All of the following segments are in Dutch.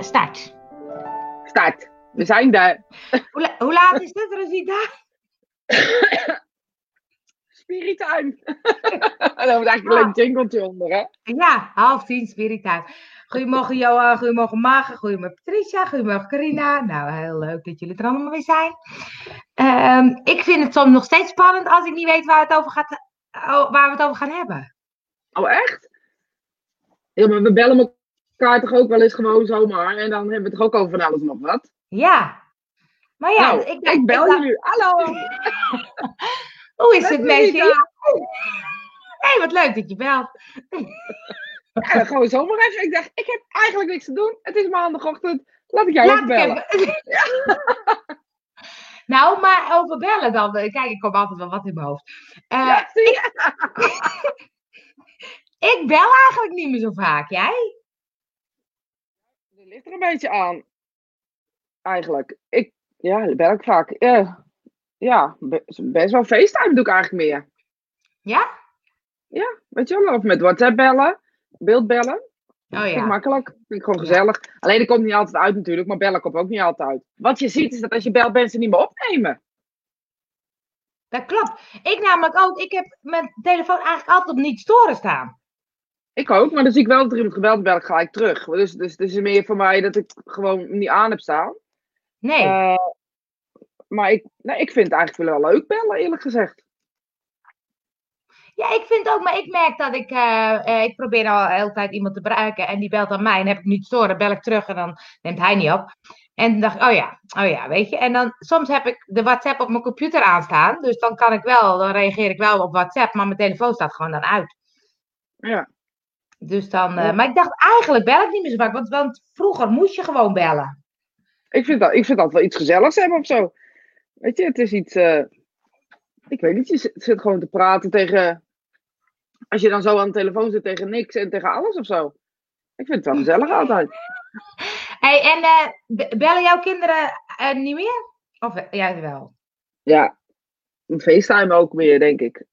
Start. Start. We zijn daar. Hoe laat is het, Rosita? Spiritime. Dan moet eigenlijk alleen een jingletje onder, hè? Ja, 9:30 Spiritime. Goedemorgen Johan, goedemorgen Margen, goedemorgen Patricia, goedemorgen Carina. Nou, heel leuk dat jullie er allemaal weer zijn. Ik vind het soms nog steeds spannend als ik niet weet waar we het over gaan hebben. Oh, echt? Ja, maar we bellen elkaar toch ook wel eens gewoon zomaar. En dan hebben we het toch ook over van alles en nog wat. Ja. Maar ja, nou, ik bel jullie. Hallo. Hoe is het met je? Hey, wat leuk dat je belt. Ja, gewoon zomaar even. Ik dacht, ik heb eigenlijk niks te doen. Het is maandagochtend. Laat ik jou even bellen. Ja. Nou, maar over bellen dan. Kijk, ik kom altijd wel wat in mijn hoofd. Ja, zie je? Ik bel eigenlijk niet meer zo vaak. Jij? Dat ligt er een beetje aan. Eigenlijk. Dat bel ik vaak. Ja, best wel FaceTime doe ik eigenlijk meer. Ja? Ja, weet je wel. Of met WhatsApp bellen. Beeldbellen. Oh ja. Vind ik makkelijk. Vind ik gewoon gezellig. Alleen dat komt niet altijd uit natuurlijk. Maar bellen komt ook niet altijd uit. Wat je ziet is dat als je belt mensen niet meer opnemen. Dat klopt. Ik namelijk ook. Ik heb mijn telefoon eigenlijk altijd op niet storen staan. Ik ook. Maar dan zie ik wel dat er iemand gebeld bel ik gelijk terug. Dus het is meer voor mij dat ik gewoon niet aan heb staan. Nee. Maar ik vind het eigenlijk wel leuk bellen, eerlijk gezegd. Ja, ik vind ook, maar ik merk dat ik probeer al de hele tijd iemand te bereiken en die belt aan mij en heb ik niet storen, bel ik terug en dan neemt hij niet op. En dan dacht ik, oh ja, weet je. En dan soms heb ik de WhatsApp op mijn computer aanstaan, dus dan reageer ik wel op WhatsApp, maar mijn telefoon staat gewoon dan uit. Ja. Dus dan, maar ik dacht eigenlijk bel ik niet meer zo vaak, want vroeger moest je gewoon bellen. Ik vind dat wel iets gezelligs hebben of zo. Weet je, het is iets, ik weet niet, je zit gewoon te praten tegen, als je dan zo aan de telefoon zit tegen niks en tegen alles of zo. Ik vind het wel gezellig altijd. Hey, en bellen jouw kinderen niet meer? Of jij wel? Ja, een FaceTime ook meer, denk ik.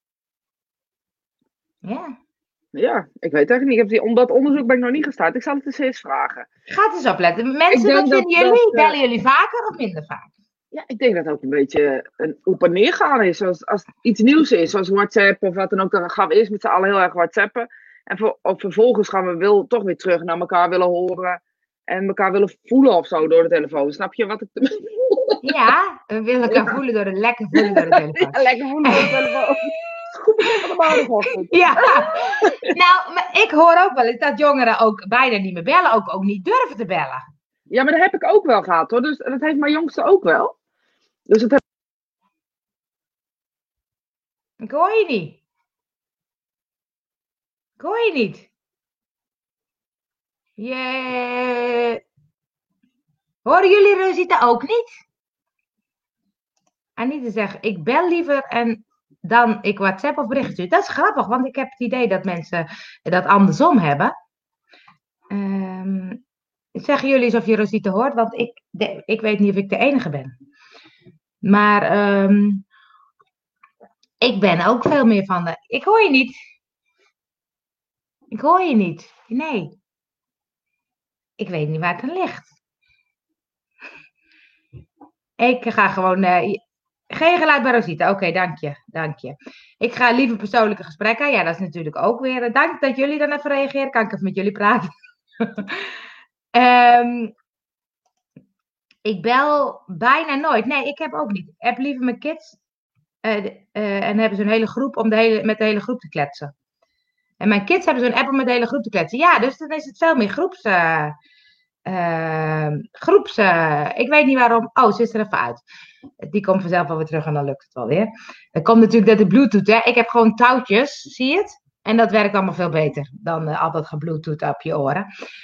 Ja. Ja, ik weet eigenlijk niet. Om dat onderzoek ben ik nog niet gestart. Ik zal het eens vragen. Ga het eens opletten. Mensen, wat vinden jullie? Bellen jullie vaker of minder vaak? Ja, ik denk dat het ook een beetje een op- en neer gaan is. Als het iets nieuws is, zoals WhatsApp of wat dan ook, dan gaan we eerst met z'n allen heel erg WhatsAppen. En vervolgens gaan we toch weer terug naar elkaar willen horen. En elkaar willen voelen of zo door de telefoon. Snap je wat ik bedoel? Ja, we willen elkaar voelen door lekker voelen door de telefoon. Ja, lekker voelen door de telefoon. Goed begin van de maandagochtend. Ja, nou, maar ik hoor ook wel eens dat jongeren ook bijna niet meer bellen, ook niet durven te bellen. Ja, maar dat heb ik ook wel gehad hoor. Dus dat heeft mijn jongste ook wel. Dus het Ik hoor je niet. Ik hoor je niet. Horen jullie Rosita ook niet? Anita zegt, ik bel liever en dan ik WhatsApp of bericht stuur. Dat is grappig, want ik heb het idee dat mensen dat andersom hebben. Zeggen jullie eens of je Rosita hoort, want ik weet niet of ik de enige ben. Maar ik ben ook veel meer van de... Ik hoor je niet. Ik hoor je niet. Nee. Ik weet niet waar het aan ligt. Ik ga gewoon... geen geluid bij Rosita. Oké, dank je. Ik ga liever persoonlijke gesprekken. Ja, dat is natuurlijk ook weer... Dank dat jullie dan even reageren. Kan ik even met jullie praten? Ik bel bijna nooit. Nee, ik heb ook niet. Ik heb liever mijn kids. En hebben ze een hele groep om met de hele groep te kletsen. En mijn kids hebben zo'n app om met de hele groep te kletsen. Ja, dus dan is het veel meer ik weet niet waarom. Oh, ze is er even uit. Die komt vanzelf wel weer terug en dan lukt het wel weer. Er komt natuurlijk dat de Bluetooth, hè. Ik heb gewoon touwtjes, zie je het? En dat werkt allemaal veel beter dan altijd gebluetooth op je oren.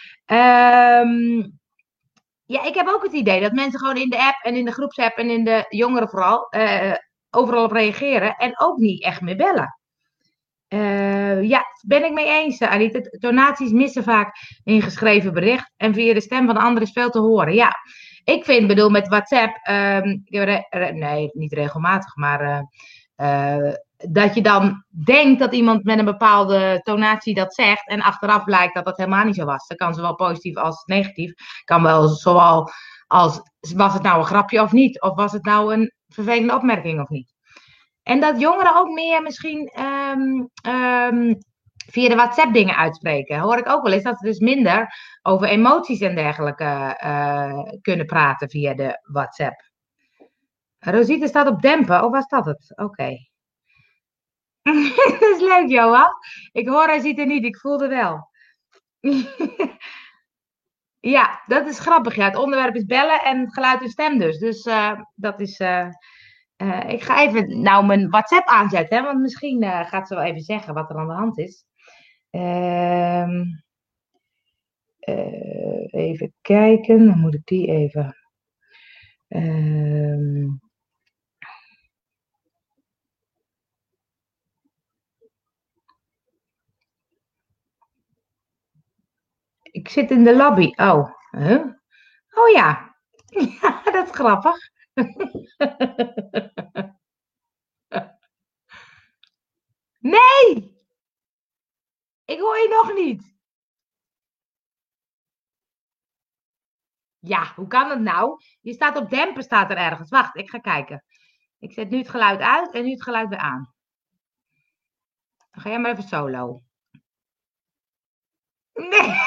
Ja, ik heb ook het idee dat mensen gewoon in de app en in de groepsapp en in de jongeren vooral overal op reageren en ook niet echt meer bellen. Ja, ben ik mee eens, Anita. Donaties missen vaak in geschreven bericht en via de stem van de ander is veel te horen. Ja, ik bedoel met WhatsApp, nee, niet regelmatig, maar dat je dan denkt dat iemand met een bepaalde tonatie dat zegt en achteraf blijkt dat dat helemaal niet zo was. Dat kan zowel positief als negatief. Kan wel zowel als, was het nou een grapje of niet? Of was het nou een vervelende opmerking of niet? En dat jongeren ook meer misschien via de WhatsApp dingen uitspreken. Hoor ik ook wel eens dat ze dus minder over emoties en dergelijke kunnen praten via de WhatsApp. Rosita staat op dempen. Oh, was dat het? Oké. Dat is leuk, Johan. Ik hoor Rosita niet. Ik voelde wel. Ja, dat is grappig. Ja, het onderwerp is bellen en geluid en stem dus. Dus dat is... ik ga even nou mijn WhatsApp aanzetten, hè, want misschien gaat ze wel even zeggen wat er aan de hand is. Even kijken, dan moet ik die even. Ik zit in de lobby. Oh, huh? Oh ja. Ja, dat is grappig. Nee! Ik hoor je nog niet. Ja, hoe kan dat nou? Je staat op dempen, staat er ergens. Wacht, ik ga kijken. Ik zet nu het geluid uit en nu het geluid weer aan. Dan ga jij maar even solo. Nee!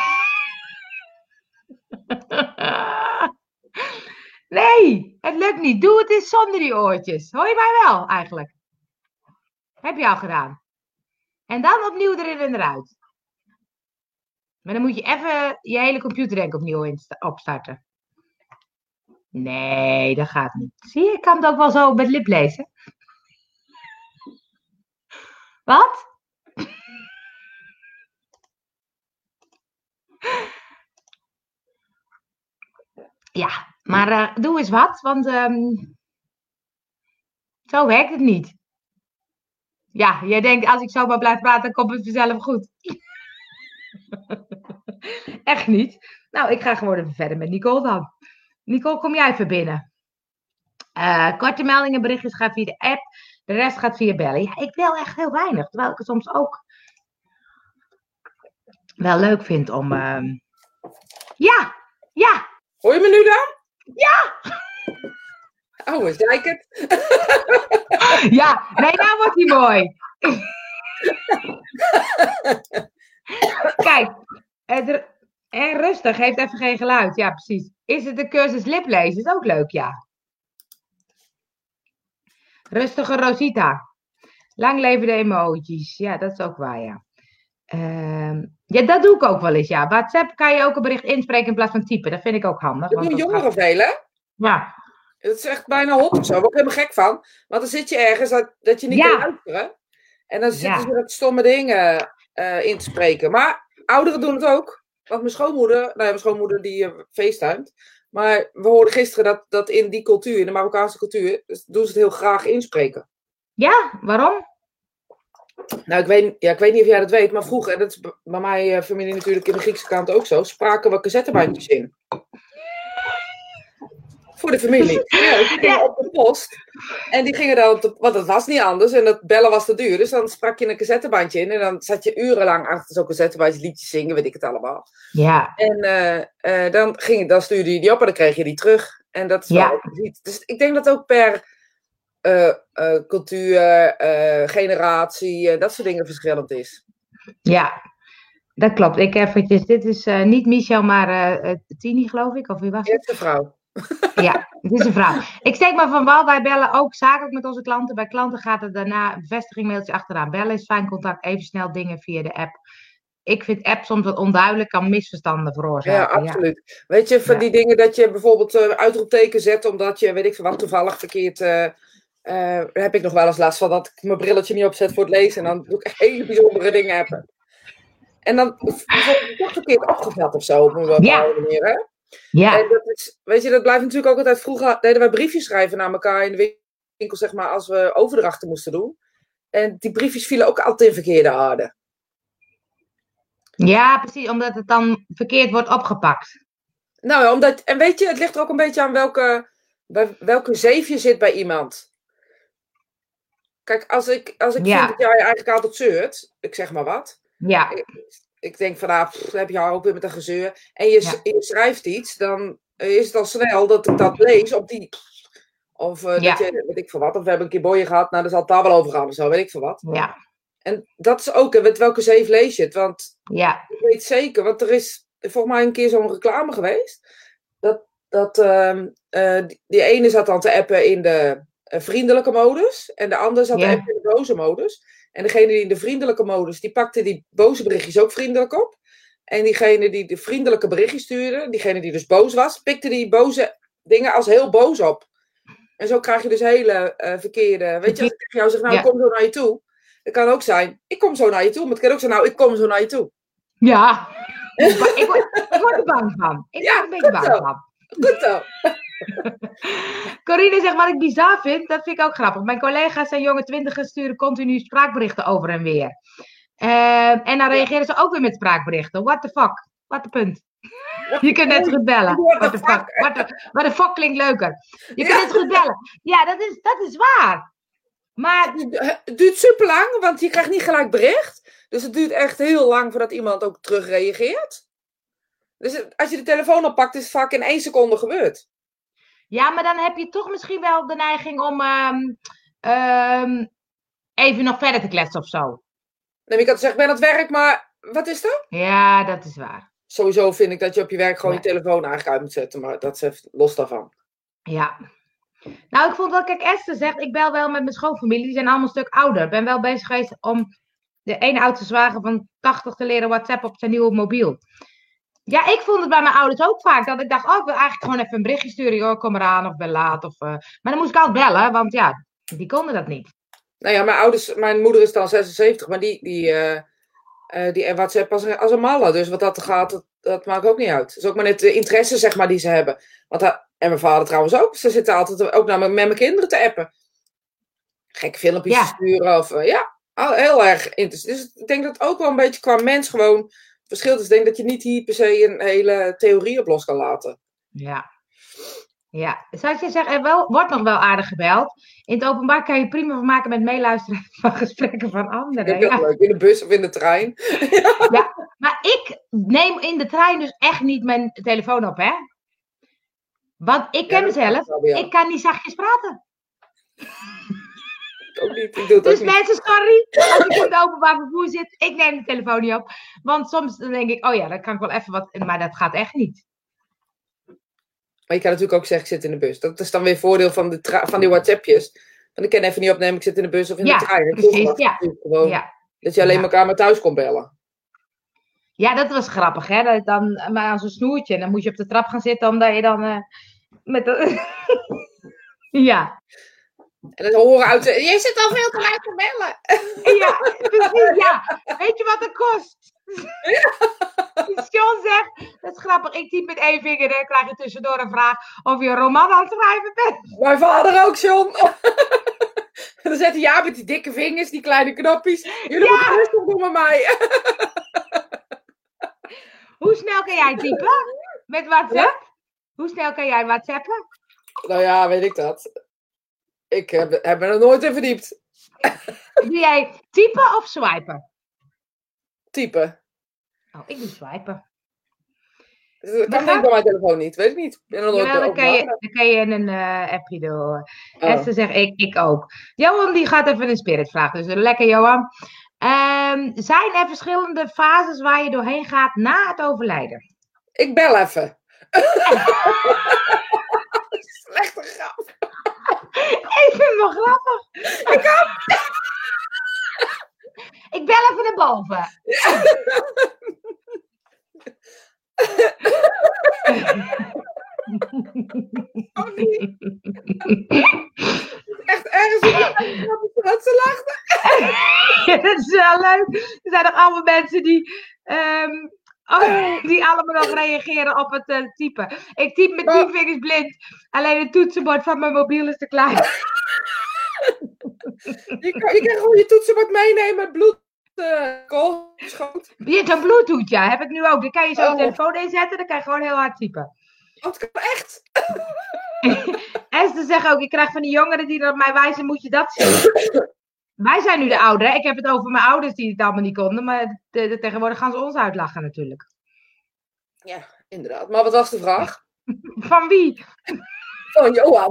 Nee, het lukt niet. Doe het eens zonder die oortjes. Hoor je mij wel, eigenlijk? Heb je al gedaan. En dan opnieuw erin en eruit. Maar dan moet je even je hele computer denk ik opnieuw opstarten. Nee, dat gaat niet. Zie je, ik kan het ook wel zo met lip lezen. Wat? Ja, maar doe eens wat, want zo werkt het niet. Ja, jij denkt als ik zo maar blijf praten, dan komt het vanzelf goed. Echt niet. Nou, ik ga gewoon even verder met Nicole dan. Nicole, kom jij even binnen. Korte meldingen, berichtjes gaat via de app. De rest gaat via bellen. Ja, ik wil echt heel weinig. Terwijl ik het soms ook wel leuk vind om... Ja, ja. Hoor je me nu dan? Ja. Oh, zei ik het? Ja, nee, nou wordt hij mooi. Kijk, rustig, heeft even geen geluid. Ja, precies. Is het de cursus liplezen? Is ook leuk, ja. Rustige Rosita. Lang leven de emojis. Ja, dat is ook waar, ja. Ja, dat doe ik ook wel eens, ja. WhatsApp kan je ook een bericht inspreken in plaats van typen. Dat vind ik ook handig. Dat doen jongeren veel, hè? Ja. Het is echt bijna hot of zo. Daar word ik helemaal gek van. Want dan zit je ergens dat je niet kan luisteren. En dan zitten ze dat stomme dingen in te spreken. Maar ouderen doen het ook. Want mijn schoonmoeder die facetimet. Maar we hoorden gisteren dat in die cultuur, in de Marokkaanse cultuur, doen ze het heel graag inspreken. Ja, waarom? Nou, ik weet niet of jij dat weet, maar vroeger, en dat is bij mijn familie natuurlijk in de Griekse kant ook zo, spraken we cassettebandjes in. Voor de familie. Ja, die gingen op de post. En die gingen dan want het was niet anders. En dat bellen was te duur. Dus dan sprak je een cassettebandje in. En dan zat je urenlang achter zo'n cassettebandje liedjes zingen, weet ik het allemaal. Ja. En dan stuurde je die op en dan kreeg je die terug. En dat is wel iets. Dus ik denk dat ook per cultuur, generatie, dat soort dingen verschillend is. Ja, dat klopt. Dit is niet Michel, maar Tini, geloof ik. Of wie was het? Eerste vrouw. Ja, het is een vrouw. Ik steek maar van wal, wij bellen ook zakelijk met onze klanten. Bij klanten gaat er daarna een bevestigingmailtje achteraan. Bellen is fijn contact, even snel dingen via de app. Ik vind app soms wat onduidelijk, kan misverstanden veroorzaken. Ja, absoluut. Ja. Weet je, van die dingen dat je bijvoorbeeld uitroepteken zet, omdat je, weet ik veel wat, toevallig verkeerd... heb ik nog wel eens last van dat ik mijn brilletje niet opzet voor het lezen. En dan doe ik echt hele bijzondere dingen hebben. En dan word ik toch verkeerd opgevat of zo, op een bepaalde manier, hè? Ja. En dat is, weet je, dat blijft natuurlijk ook altijd. Vroeger deden wij briefjes schrijven naar elkaar in de winkel, zeg maar, als we overdrachten moesten doen. En die briefjes vielen ook altijd in verkeerde aarde. Ja, precies, omdat het dan verkeerd wordt opgepakt. Nou, en weet je, het ligt er ook een beetje aan welke zeef je zit bij iemand. Kijk, als ik Ja. vind dat jij eigenlijk altijd zeurt, ik zeg maar wat. Ja, Ik denk van, dan heb je ook weer met een gezeur. En je schrijft iets, dan is het al snel dat ik dat lees op die... Of dat je, weet ik veel wat, of we hebben een keer boeien gehad, nou, daar zal het daar wel over gaan of zo, weet ik veel wat. ja, En dat is ook, met welke zeef lees je het? Want ja, ik weet zeker, want er is volgens mij een keer zo'n reclame geweest. Dat die ene zat dan te appen in de vriendelijke modus. En de andere zat te appen in de boze modus. En degene die in de vriendelijke modus, die pakte die boze berichtjes ook vriendelijk op. En diegene die de vriendelijke berichtjes stuurde, diegene die dus boos was, pikte die boze dingen als heel boos op. En zo krijg je dus hele verkeerde... Weet je, als ik tegen jou zeg, nou, ik kom zo naar je toe. Het kan ook zijn, ik kom zo naar je toe. Maar het kan ook zijn, nou, ik kom zo naar je toe. ja. Ik word er bang van. Ik word een beetje bang van. Goed zo. Corine zegt, wat ik bizar vind, dat vind ik ook grappig. Mijn collega's en jonge twintigers sturen continu spraakberichten over en weer. En dan reageren ze ook weer met spraakberichten. What the fuck? What the punt? Je kunt net zo goed bellen. What the fuck? What the fuck klinkt leuker. Je kunt net zo goed bellen. Ja, dat is waar. Maar... Het duurt super lang, want je krijgt niet gelijk bericht. Dus het duurt echt heel lang voordat iemand ook terug reageert. Dus als je de telefoon oppakt, is het vaak in 1 seconde gebeurd. Ja, maar dan heb je toch misschien wel de neiging om even nog verder te kletsen of zo. Nee, ik had gezegd, ik ben aan het werk, maar wat is er? Ja, dat is waar. Sowieso vind ik dat je op je werk gewoon je telefoon eigenlijk uit moet zetten. Maar dat is even los daarvan. Ja. Nou, ik vond wel, kijk, Esther zegt, ik bel wel met mijn schoonfamilie. Die zijn allemaal een stuk ouder. Ik ben wel bezig geweest om de ene oudste zwager van 80 te leren WhatsApp op zijn nieuwe mobiel. Ja, ik vond het bij mijn ouders ook vaak. Dat ik dacht, ik wil eigenlijk gewoon even een berichtje sturen. Joh, kom eraan of ben laat. Maar dan moest ik altijd bellen, want ja, die konden dat niet. Nou ja, mijn moeder is dan 76, maar die WhatsApp als een malle. Dus wat dat gaat, dat maakt ook niet uit. Het is ook maar net de interesse, zeg maar, die ze hebben. En mijn vader trouwens ook. Ze zitten altijd ook met mijn kinderen te appen. Gekke filmpjes te sturen. Of heel erg interessant. Dus ik denk dat het ook wel een beetje qua mens gewoon verschilt. Dus ik denk dat je niet hier per se een hele theorie op los kan laten. Ja. Ja, zoals je zegt, wordt nog wel aardig gebeld. In het openbaar kan je prima van maken met meeluisteren van gesprekken van anderen. Ja, leuk. In de bus of in de trein. Ja, maar ik neem in de trein dus echt niet mijn telefoon op, hè. Want ik ken mezelf, ik kan niet zachtjes praten. Ook niet. Ik doe het dus ook mensen, sorry, als ik in het openbaar vervoer zit, ik neem de telefoon niet op. Want soms dan denk ik, oh ja, dan kan ik wel even wat, maar dat gaat echt niet. Maar je kan natuurlijk ook zeggen, ik zit in de bus. Dat is dan weer voordeel van die WhatsAppjes. Want ik kan even niet opnemen, ik zit in de bus of in de trein. Precies, gewoon dat je alleen elkaar maar thuis kon bellen. Ja, dat was grappig, hè. Dat dan, maar aan zo'n snoertje. En dan moet je op de trap gaan zitten, omdat je dan met de... Ja. En dan horen uit, je zit al veel te laat te bellen. Ja, precies, ja. Weet je wat het kost? John zegt, dat is grappig, ik typ met 1 vinger en krijg je tussendoor een vraag of je een roman aan het schrijven bent. Mijn vader ook, John. En dan zegt hij, ja, met die dikke vingers, die kleine knopjes. Jullie moeten rustig doen met mij. Hoe snel kan jij typen? Met WhatsApp? Ja? Hoe snel kan jij WhatsAppen? Nou ja, weet ik dat. Ik heb me er nooit in verdiept. Doe jij typen of swipen? Typen. Oh, ik doe swipen. Dat kan ik bij mijn telefoon niet, weet ik niet. Dan kan je in een appje doen. Esther zegt, ik ook. Johan die gaat even een spirit vragen. Dus lekker Johan. Zijn er verschillende fases waar je doorheen gaat na het overlijden? Ik bel even. Slechte grap. Ik vind het wel grappig. Ik ook. Ik bel even naar boven. Oh nee. Echt ergens dat ze lachten. Ja, dat is wel leuk. Er zijn nog allemaal mensen die allemaal nog reageren op het typen. Ik typ met 10 vingers blind. Alleen het toetsenbord van mijn mobiel is te klein. Je kan gewoon je toetsenbord meenemen met bloedkoolschoot. Je hebt een Bluetooth, ja. Heb ik nu ook. Dan kan je zo de telefoon inzetten. Dan kan je gewoon heel hard typen. Dat kan echt. Esther zegt ook, ik krijg van die jongeren die naar mij wijzen, moet je dat zien. Wij zijn nu de ouderen. Ik heb het over mijn ouders die het allemaal niet konden. Maar tegenwoordig gaan ze ons uitlachen natuurlijk. Ja, inderdaad. Maar wat was de vraag? Van wie? Van Johan.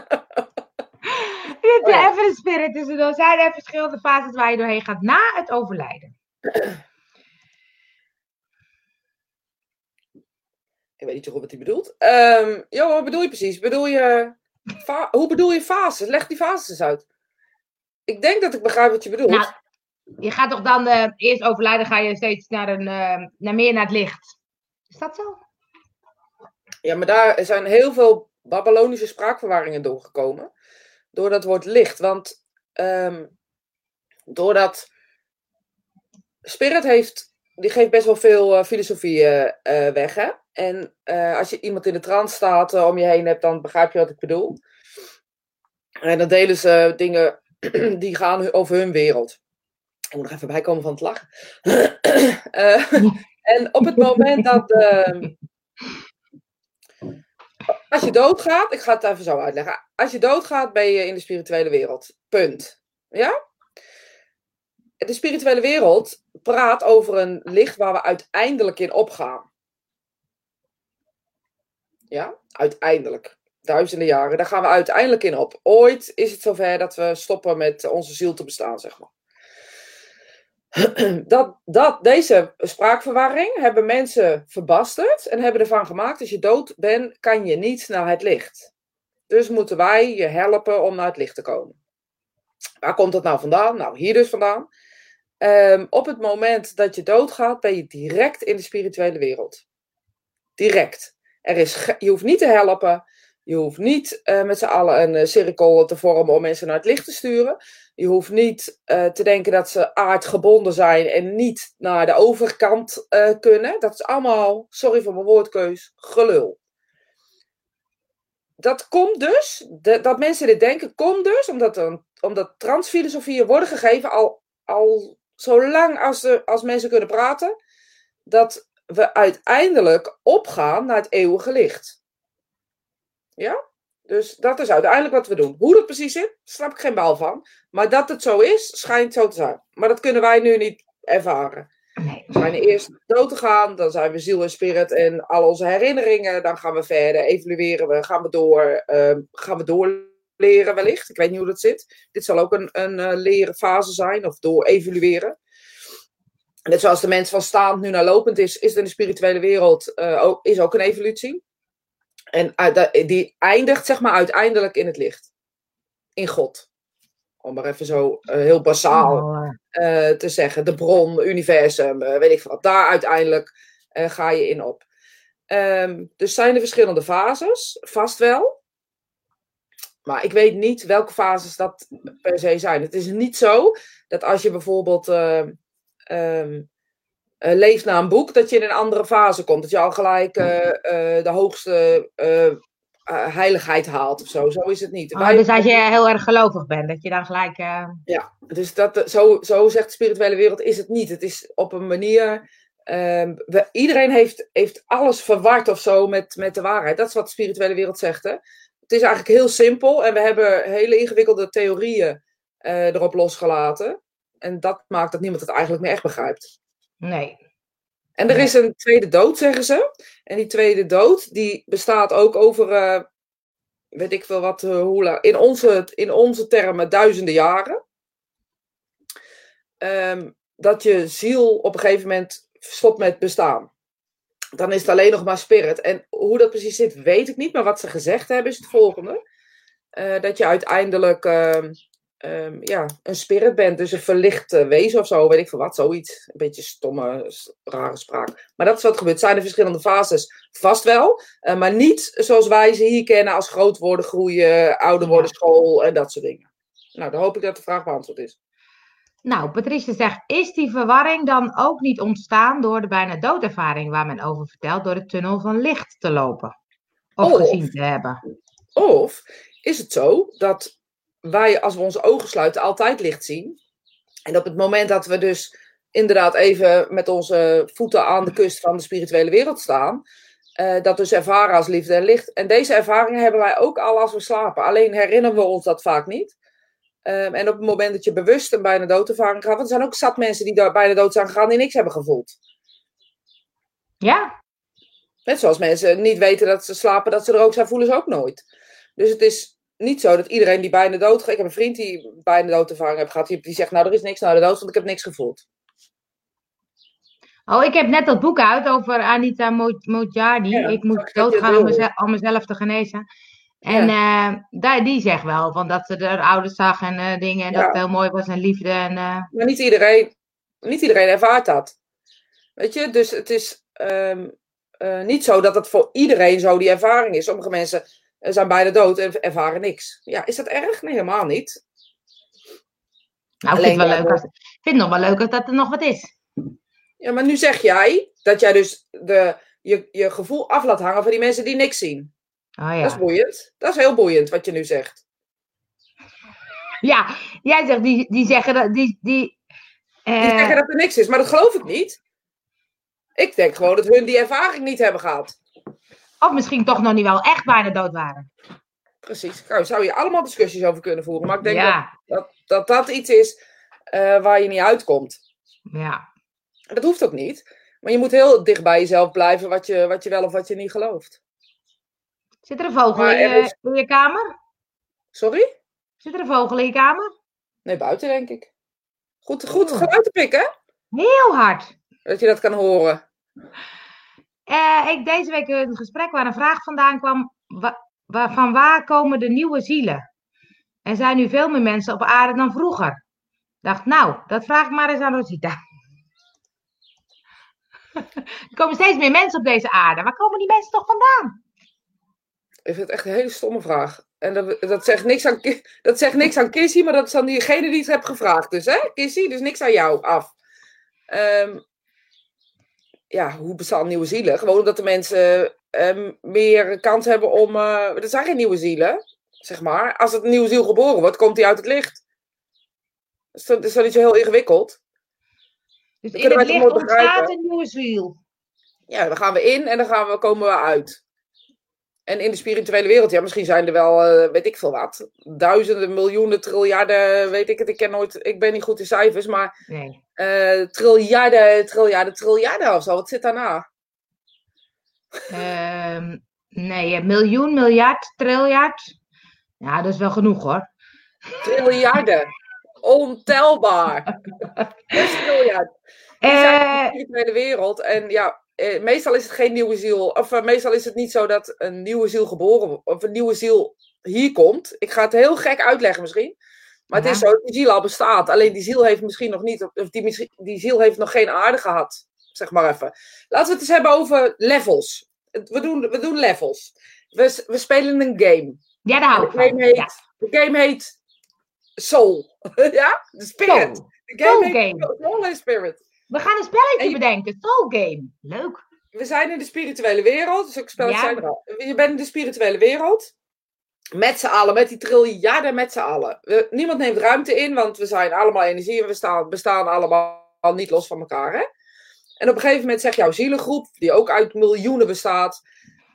Dit is even een spirit tussendoor. Zijn er verschillende fases waar je doorheen gaat na het overlijden? Ik weet niet zo goed wat hij bedoelt. Johan, wat bedoel je precies? Hoe bedoel je fases? Leg die fases eens uit. Ik denk dat ik begrijp wat je bedoelt. Nou, je gaat toch dan eerst overlijden, ga je steeds meer naar het licht. Is dat zo? Ja, maar daar zijn heel veel Babylonische spraakverwarringen doorgekomen. Door dat woord licht. Want doordat Spirit die geeft best wel veel filosofie weg, hè? En als je iemand in de trance staat om je heen hebt, dan begrijp je wat ik bedoel. En dan delen ze dingen die gaan over hun wereld. Ik moet nog even bijkomen van het lachen. En op het moment dat... als je doodgaat, ik ga het even zo uitleggen. Als je doodgaat, ben je in de spirituele wereld. Punt. Ja? De spirituele wereld praat over een licht waar we uiteindelijk in opgaan. Ja, uiteindelijk. Duizenden jaren, daar gaan we uiteindelijk in op. Ooit is het zover dat we stoppen met onze ziel te bestaan, zeg maar. Deze spraakverwarring hebben mensen verbasterd en hebben ervan gemaakt, als je dood bent, kan je niet naar het licht. Dus moeten wij je helpen om naar het licht te komen. Waar komt dat nou vandaan? Nou, hier dus vandaan. Op het moment dat je doodgaat, ben je direct in de spirituele wereld. Direct. Je hoeft niet te helpen. Je hoeft niet met z'n allen een cirkel te vormen om mensen naar het licht te sturen. Je hoeft niet te denken dat ze aardgebonden zijn en niet naar de overkant kunnen. Dat is allemaal, sorry voor mijn woordkeus, gelul. Dat komt dus, dat mensen dit denken, komt dus omdat transfilosofieën worden gegeven al zolang als mensen kunnen praten, dat we uiteindelijk opgaan naar het eeuwige licht. Ja? Dus dat is uiteindelijk wat we doen. Hoe dat precies zit, snap ik geen bal van. Maar dat het zo is, schijnt zo te zijn. Maar dat kunnen wij nu niet ervaren. Nee. We zijn eerst dood te gaan, dan zijn we ziel en spirit en al onze herinneringen. Dan gaan we verder, evalueren we, gaan we doorleren wellicht. Ik weet niet hoe dat zit. Dit zal ook een leren fase zijn, of door evalueren. Net zoals de mens van staand nu naar lopend is het in de spirituele wereld is ook een evolutie. En die eindigt, zeg maar, uiteindelijk in het licht. In God. Om maar even zo heel basaal te zeggen. De bron, universum, weet ik veel wat. Daar uiteindelijk ga je in op. Dus zijn er verschillende fases? Vast wel. Maar ik weet niet welke fases dat per se zijn. Het is niet zo dat als je bijvoorbeeld leeft naar een boek, dat je in een andere fase komt. Dat je al gelijk de hoogste heiligheid haalt of zo. Zo is het niet. Dus als je heel erg gelovig bent, dat je dan gelijk... Ja, dus zo zegt de spirituele wereld, is het niet. Het is op een manier... iedereen heeft alles verward of zo met de waarheid. Dat is wat de spirituele wereld zegt. Hè? Het is eigenlijk heel simpel en we hebben hele ingewikkelde theorieën erop losgelaten. En dat maakt dat niemand het eigenlijk meer echt begrijpt. Nee. En er is een tweede dood, zeggen ze. En die tweede dood, die bestaat ook over, weet ik veel wat, in onze termen duizenden jaren. Dat je ziel op een gegeven moment stopt met bestaan. Dan is het alleen nog maar spirit. En hoe dat precies zit, weet ik niet. Maar wat ze gezegd hebben is het volgende. Dat je uiteindelijk... een spirit bent, dus een verlicht wezen of zo, weet ik veel wat, zoiets. Een beetje stomme, rare spraak. Maar dat is wat gebeurt. Zijn er verschillende fases? Vast wel, maar niet zoals wij ze hier kennen als groot worden, groeien, ouder worden, school en dat soort dingen. Nou, dan hoop ik dat de vraag beantwoord is. Nou, Patricia zegt, is die verwarring dan ook niet ontstaan door de bijna doodervaring waar men over vertelt, door de tunnel van licht te lopen? Of gezien te hebben? Of is het zo dat wij, als we onze ogen sluiten, altijd licht zien. En op het moment dat we dus inderdaad even met onze voeten aan de kust van de spirituele wereld staan, dat dus ervaren als liefde en licht. En deze ervaringen hebben wij ook al als we slapen. Alleen herinneren we ons dat vaak niet. En op het moment dat je bewust een bijna doodervaring gaat... Want er zijn ook zat mensen die daar bijna dood zijn gegaan... die niks hebben gevoeld. Ja. Net zoals mensen niet weten dat ze slapen... dat ze er ook zijn, voelen ze ook nooit. Dus het is niet zo dat iedereen die bijna dood gaat... Ik heb een vriend die bijna doodervaring heeft gehad... die zegt, nou, er is niks naar de dood... want ik heb niks gevoeld. Oh, ik heb net dat boek uit over Anita Mojdani. Ja, ik moet doodgaan om mezelf te genezen. En die zegt wel van dat ze de ouders zag en dingen. En dat het heel mooi was en liefde. Maar niet iedereen ervaart dat. Weet je, dus het is niet zo dat het voor iedereen zo die ervaring is. Sommige mensen zijn bijna dood en ervaren niks. Ja, is dat erg? Nee, helemaal niet. Nou, ik vind het nog wel leuk dat er nog wat is. Ja, maar nu zeg jij dat jij dus je gevoel af laat hangen van die mensen die niks zien. Oh, ja. Dat is boeiend. Dat is heel boeiend wat je nu zegt. Ja, jij zegt, die zeggen dat... Die zeggen dat er niks is, maar dat geloof ik niet. Ik denk gewoon dat hun die ervaring niet hebben gehad. Of misschien toch nog niet wel echt bijna dood waren. Precies, daar zou je allemaal discussies over kunnen voeren. Maar ik denk dat iets is waar je niet uitkomt. Ja. Dat hoeft ook niet. Maar je moet heel dicht bij jezelf blijven wat je wel of wat je niet gelooft. Zit er een vogel in je kamer? Sorry? Zit er een vogel in je kamer? Nee, buiten denk ik. Goed geluid te pikken. Heel hard. Dat je dat kan horen. Deze week een gesprek waar een vraag vandaan kwam. Van waar komen de nieuwe zielen? Er zijn nu veel meer mensen op aarde dan vroeger. Ik dacht, nou, dat vraag ik maar eens aan Rosita. Er komen steeds meer mensen op deze aarde. Waar komen die mensen toch vandaan? Ik vind het echt een hele stomme vraag. En dat zegt niks aan Kissy, maar dat is dan diegene die het heeft gevraagd. Dus, hè, Kissy? Dus niks aan jou af. Hoe bestaan nieuwe zielen? Gewoon omdat de mensen meer kans hebben om... er zijn geen nieuwe zielen, zeg maar. Als het een nieuwe ziel geboren wordt, komt die uit het licht. Dus dat is dan niet zo heel ingewikkeld. Dus in het licht ontstaat een nieuwe ziel. Ja, dan gaan we in en dan komen we uit. En in de spirituele wereld, ja, misschien zijn er wel, weet ik veel wat. Duizenden, miljoenen, triljarden, weet ik het. Ik ben niet goed in cijfers, maar... Nee. Triljarden of zo. Wat zit daarna? Nee, miljoen, miljard, triljard. Ja, dat is wel genoeg hoor. Triljarden. Ontelbaar. Dat is triljard. Die zijn in de spirituele wereld. En ja, meestal is het geen nieuwe ziel. Of meestal is het niet zo dat een nieuwe ziel geboren wordt. Of een nieuwe ziel hier komt. Ik ga het heel gek uitleggen misschien. Maar het is zo dat die ziel al bestaat. Alleen die ziel heeft misschien nog niet... Of die ziel heeft nog geen aarde gehad. Zeg maar even. Laten we het eens hebben over levels. We doen levels. We spelen een game. Ja, daar hou ik van. De game heet Soul. Ja? De Spirit. Soul. De game heet Soul and Spirit. We gaan een spelletje bedenken. Soul Game. Leuk. We zijn in de spirituele wereld. Dus ook spelletjes zijn er al. Je bent in de spirituele wereld. Met z'n allen. Met die triljarden met z'n allen. Niemand neemt ruimte in. Want we zijn allemaal energie. En we bestaan allemaal niet los van elkaar. Hè? En op een gegeven moment zegt jouw zielengroep. Die ook uit miljoenen bestaat.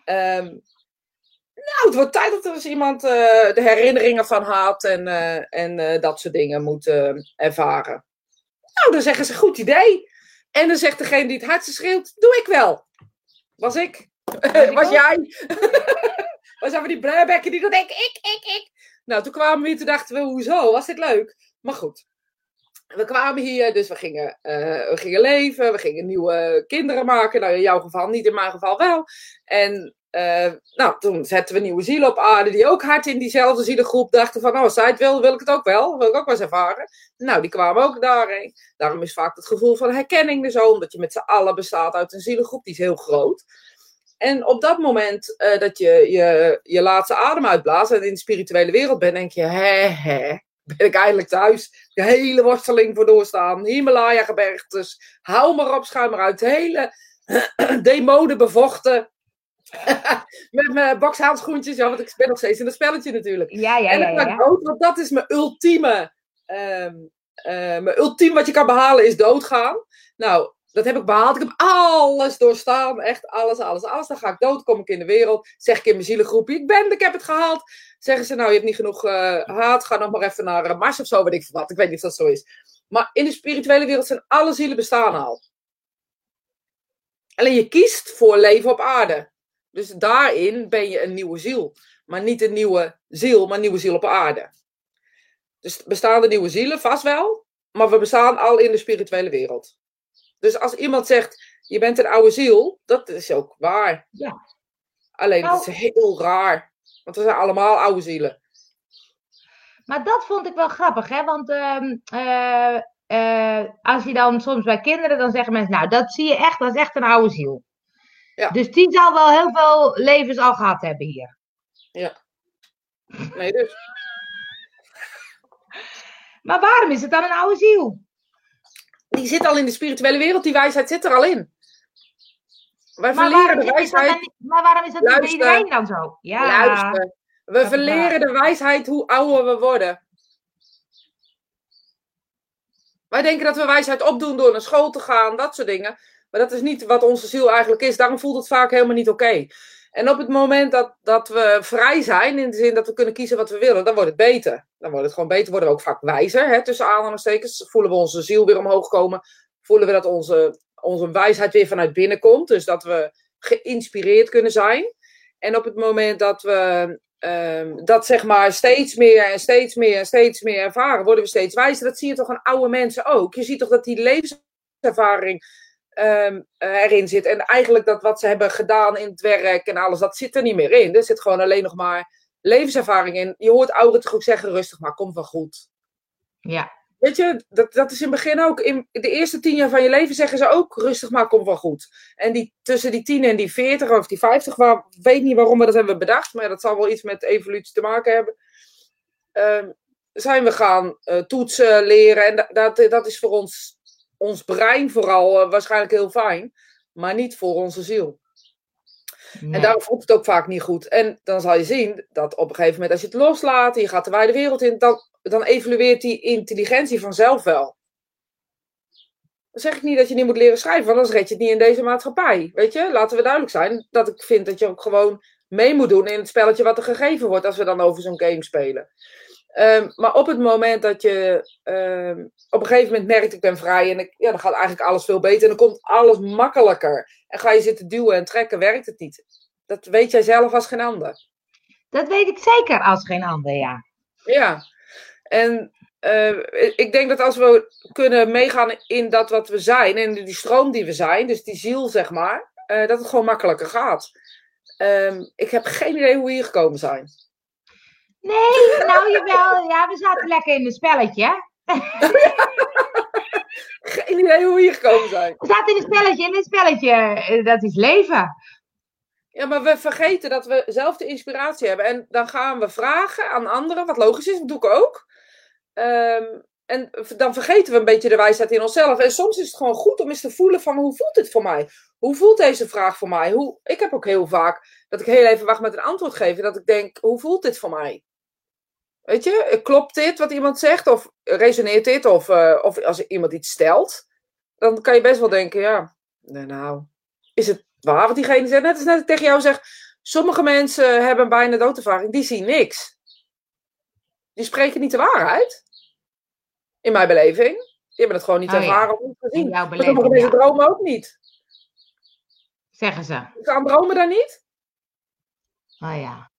Het wordt tijd dat er eens iemand de herinneringen van had. En dat soort dingen moet ervaren. Nou, dan zeggen ze goed idee. En dan zegt degene die het hardste schreeuwt, doe ik wel. Was ik. Was jij. Was even die blauwbekken die dan denken, ik. Nou, toen kwamen we hier, toen dachten we, hoezo, was dit leuk? Maar goed. We kwamen hier, dus we gingen leven, we gingen nieuwe kinderen maken. Nou, in jouw geval niet, in mijn geval wel. En toen zetten we nieuwe zielen op aarde die ook hard in diezelfde zielengroep dachten van, als zij het wil ik het ook wel. Wil ik ook wel eens ervaren. Nou, die kwamen ook daarheen. Daarom is vaak het gevoel van herkenning er zo, omdat je met z'n allen bestaat uit een zielengroep, die is heel groot. En op dat moment dat je laatste adem uitblaast en in de spirituele wereld bent, denk je, ben ik eindelijk thuis. De hele worsteling voor doorstaan. Himalaya-gebergtes. Hou maar op, schuim maar uit. De hele demonen bevochten. Met mijn bokshandschoentjes. Ja, want ik ben nog steeds in dat spelletje natuurlijk. Ja. En dan ga ik dood, want dat is mijn ultieme... mijn ultieme wat je kan behalen is doodgaan. Nou, Dat heb ik behaald. Ik heb alles doorstaan. Echt alles. Dan ga ik dood, kom ik in de wereld. Zeg ik in mijn zielengroepje, ik heb het gehaald. Zeggen ze, nou, je hebt niet genoeg haat. Ga nog maar even naar Mars of zo, weet ik veel wat. Ik weet niet of dat zo is. Maar in de spirituele wereld zijn alle zielen bestaan al. Alleen je kiest voor leven op aarde. Dus daarin ben je een nieuwe ziel. Maar niet een nieuwe ziel, maar een nieuwe ziel op aarde. Dus bestaan de nieuwe zielen vast wel. Maar we bestaan al in de spirituele wereld. Dus als iemand zegt, je bent een oude ziel, dat is ook waar. Ja. Alleen, dat is heel raar. Want we zijn allemaal oude zielen. Maar dat vond ik wel grappig, hè? Want als je dan soms bij kinderen, dan zeggen mensen, nou, dat zie je echt, dat is echt een oude ziel. Ja. Dus die zal wel heel veel levens al gehad hebben hier. Ja. Nee, dus. Maar waarom is het dan een oude ziel? Die zit al in de spirituele wereld, die wijsheid zit er al in. Wij verleren de wijsheid. Maar waarom is dat niet bij iedereen dan zo? Ja. Luister. We verleren de wijsheid hoe ouder we worden. Wij denken dat we wijsheid opdoen door naar school te gaan, dat soort dingen. Maar dat is niet wat onze ziel eigenlijk is. Daarom voelt het vaak helemaal niet oké. En op het moment dat we vrij zijn, in de zin dat we kunnen kiezen wat we willen, dan wordt het beter. Dan wordt het gewoon beter, worden we ook vaak wijzer, hè, tussen aanhalingstekens. Voelen we onze ziel weer omhoog komen. Voelen we dat onze wijsheid weer vanuit binnen komt. Dus dat we geïnspireerd kunnen zijn. En op het moment dat we dat zeg maar steeds meer ervaren, worden we steeds wijzer. Dat zie je toch aan oude mensen ook. Je ziet toch dat die levenservaring erin zit. En eigenlijk dat wat ze hebben gedaan in het werk en alles, dat zit er niet meer in. Er zit gewoon alleen nog maar levenservaring in. Je hoort ouderen toch ook zeggen, rustig maar, komt wel goed. Ja. Weet je, dat is in het begin ook. In de eerste 10 jaar van je leven zeggen ze ook, rustig maar, komt wel goed. En tussen die 10 en die 40 of die 50, weet niet waarom we dat hebben bedacht, maar dat zal wel iets met evolutie te maken hebben. Zijn we gaan toetsen, leren. En dat is voor ons brein vooral waarschijnlijk heel fijn, maar niet voor onze ziel. Nee. En daarom voelt het ook vaak niet goed. En dan zal je zien dat op een gegeven moment, als je het loslaat en je gaat de wijde wereld in, dan evolueert die intelligentie vanzelf wel. Dan zeg ik niet dat je niet moet leren schrijven, want anders red je het niet in deze maatschappij. Weet je, laten we duidelijk zijn dat ik vind dat je ook gewoon mee moet doen in het spelletje wat er gegeven wordt als we dan over zo'n game spelen. Maar op het moment dat je op een gegeven moment merkt, ik ben vrij en dan gaat eigenlijk alles veel beter en dan komt alles makkelijker. En ga je zitten duwen en trekken, werkt het niet. Dat weet jij zelf als geen ander. Dat weet ik zeker als geen ander, ja. Ja, en ik denk dat als we kunnen meegaan in dat wat we zijn en die stroom die we zijn, dus die ziel zeg maar, dat het gewoon makkelijker gaat. Ik heb geen idee hoe we hier gekomen zijn. Nee, nou jawel. Ja, we zaten lekker in een spelletje. Geen idee hoe we hier gekomen zijn. We zaten in een spelletje. En dit spelletje, dat is leven. Ja, maar we vergeten dat we zelf de inspiratie hebben. En dan gaan we vragen aan anderen, wat logisch is, dat doe ik ook. En dan vergeten we een beetje de wijsheid in onszelf. En soms is het gewoon goed om eens te voelen van, hoe voelt dit voor mij? Hoe voelt deze vraag voor mij? Ik heb ook heel vaak dat ik heel even wacht met een antwoord geven. Dat ik denk, hoe voelt dit voor mij? Weet je, klopt dit wat iemand zegt? Of resoneert dit? Of als iemand iets stelt, dan kan je best wel denken, ja, nou, is het waar wat diegene zegt? Net als net ik tegen jou zeg, sommige mensen hebben bijna doodervaring, die zien niks. Die spreken niet de waarheid. In mijn beleving. Die hebben het gewoon niet ervaren of niet gezien. Maar sommige mensen dromen ook niet. Zeggen ze. Kan dromen dan niet? Oh ja.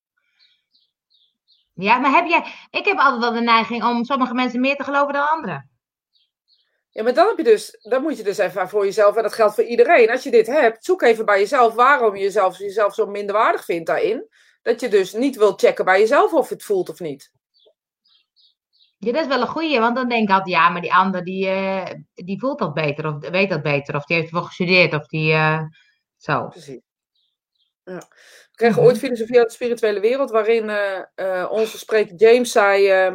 Ja, maar ik heb altijd wel de neiging om sommige mensen meer te geloven dan anderen. Ja, maar dan moet je dus even voor jezelf, en dat geldt voor iedereen. Als je dit hebt, zoek even bij jezelf waarom je jezelf zo minderwaardig vindt daarin. Dat je dus niet wilt checken bij jezelf of het voelt of niet. Ja, dat is wel een goeie, want dan denk ik altijd, ja, maar die ander die voelt dat beter, of weet dat beter, of die heeft wel gestudeerd, of die zo. Precies. Ja. We kregen ooit filosofie uit de spirituele wereld, waarin onze spreker James zei,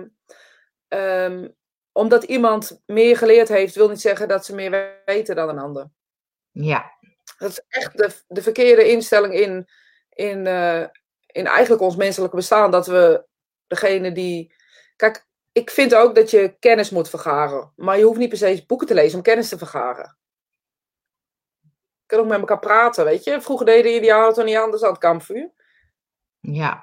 omdat iemand meer geleerd heeft, wil niet zeggen dat ze meer weten dan een ander. Ja. Dat is echt de verkeerde instelling in eigenlijk ons menselijke bestaan, dat we degene die... Kijk, ik vind ook dat je kennis moet vergaren, maar je hoeft niet per se boeken te lezen om kennis te vergaren. Kunnen ook met elkaar praten, weet je. Vroeger deden jullie toch niet anders aan het kampvuur. Ja.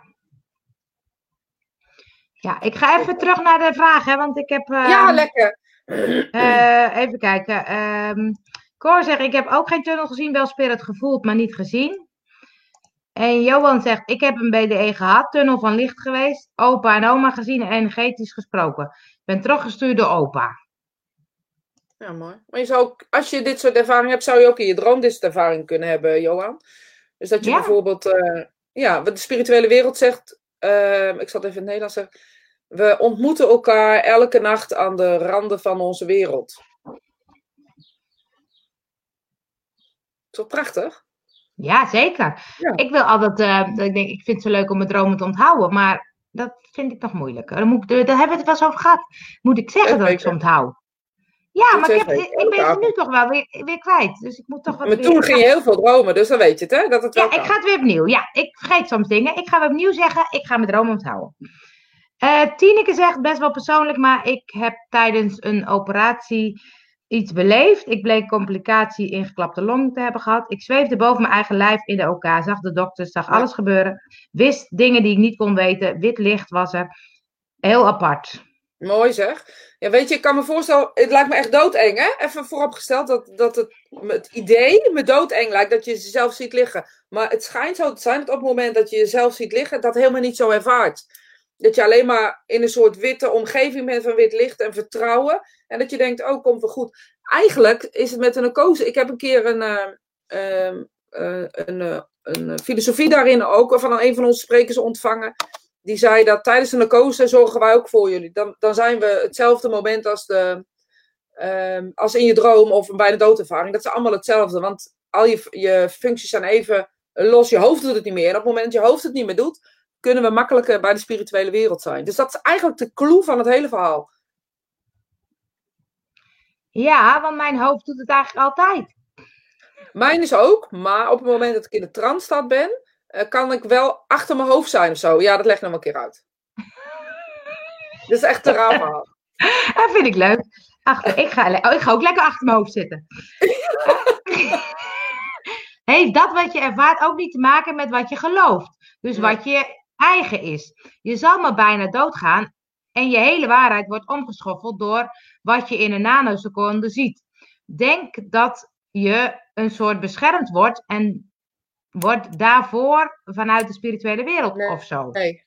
Ja, ik ga even terug naar de vraag, hè, want ik heb... Ja, lekker. Even kijken. Cor zegt, ik heb ook geen tunnel gezien, wel Spirit gevoeld, maar niet gezien. En Johan zegt, ik heb een BDE gehad, tunnel van licht geweest, opa en oma gezien en energetisch gesproken. Ik ben teruggestuurd door opa. Ja, mooi. Maar je zou ook, als je dit soort ervaring hebt, zou je ook in je droom dit soort ervaring kunnen hebben, Johan. Dus dat je bijvoorbeeld, wat de spirituele wereld zegt, ik zal het even in het Nederlands zeggen, we ontmoeten elkaar elke nacht aan de randen van onze wereld. Is dat prachtig? Ja, zeker. Ja. Ik wil altijd, ik vind het zo leuk om mijn dromen te onthouden, maar dat vind ik nog moeilijker. Daar hebben we het wel eens over gehad. Moet ik zeggen dat ik ze onthoud? Ja, maar ik ben ze nu toch wel weer kwijt. Dus ik moet toch wat. Maar toen ging je heel veel dromen, dus dan weet je het, hè? Dat het wel ik ga het weer opnieuw. Ja, ik vergeet soms dingen. Ik ga weer opnieuw zeggen, ik ga mijn dromen onthouden. Tineke zegt, best wel persoonlijk, maar ik heb tijdens een operatie iets beleefd. Ik bleek complicatie ingeklapte long te hebben gehad. Ik zweefde boven mijn eigen lijf in de OK, zag de dokter, zag alles gebeuren. Wist dingen die ik niet kon weten. Wit licht was er. Heel apart. Mooi zeg. Ja, weet je, ik kan me voorstellen, het lijkt me echt doodeng, hè? Even vooropgesteld dat het idee me doodeng lijkt, dat je jezelf ziet liggen. Maar het schijnt zo te zijn dat op het moment dat je jezelf ziet liggen, dat helemaal niet zo ervaart. Dat je alleen maar in een soort witte omgeving bent van wit licht en vertrouwen. En dat je denkt, oh, komt wel goed. Eigenlijk is het met een narcose. Ik heb een keer een filosofie daarin ook, van een van onze sprekers ontvangen. Die zei dat tijdens de narcose zorgen wij ook voor jullie. Dan zijn we hetzelfde moment als in je droom of bij een doodervaring. Dat is allemaal hetzelfde. Want al je functies zijn even los. Je hoofd doet het niet meer. En op het moment dat je hoofd het niet meer doet, kunnen we makkelijker bij de spirituele wereld zijn. Dus dat is eigenlijk de clue van het hele verhaal. Ja, want mijn hoofd doet het eigenlijk altijd. Mijn is ook, maar op het moment dat ik in de trance-staat ben, kan ik wel achter mijn hoofd zijn of zo. Ja, dat leg ik nog een keer uit. Dat is echt een raar verhaal. Dat vind ik leuk. Ik ga ook lekker achter mijn hoofd zitten. Heeft dat wat je ervaart ook niet te maken met wat je gelooft? Dus wat je eigen is. Je zal maar bijna doodgaan en je hele waarheid wordt omgeschoffeld door wat je in een nanoseconde ziet. Denk dat je een soort beschermd wordt en wordt daarvoor vanuit de spirituele wereld of zo. Nee.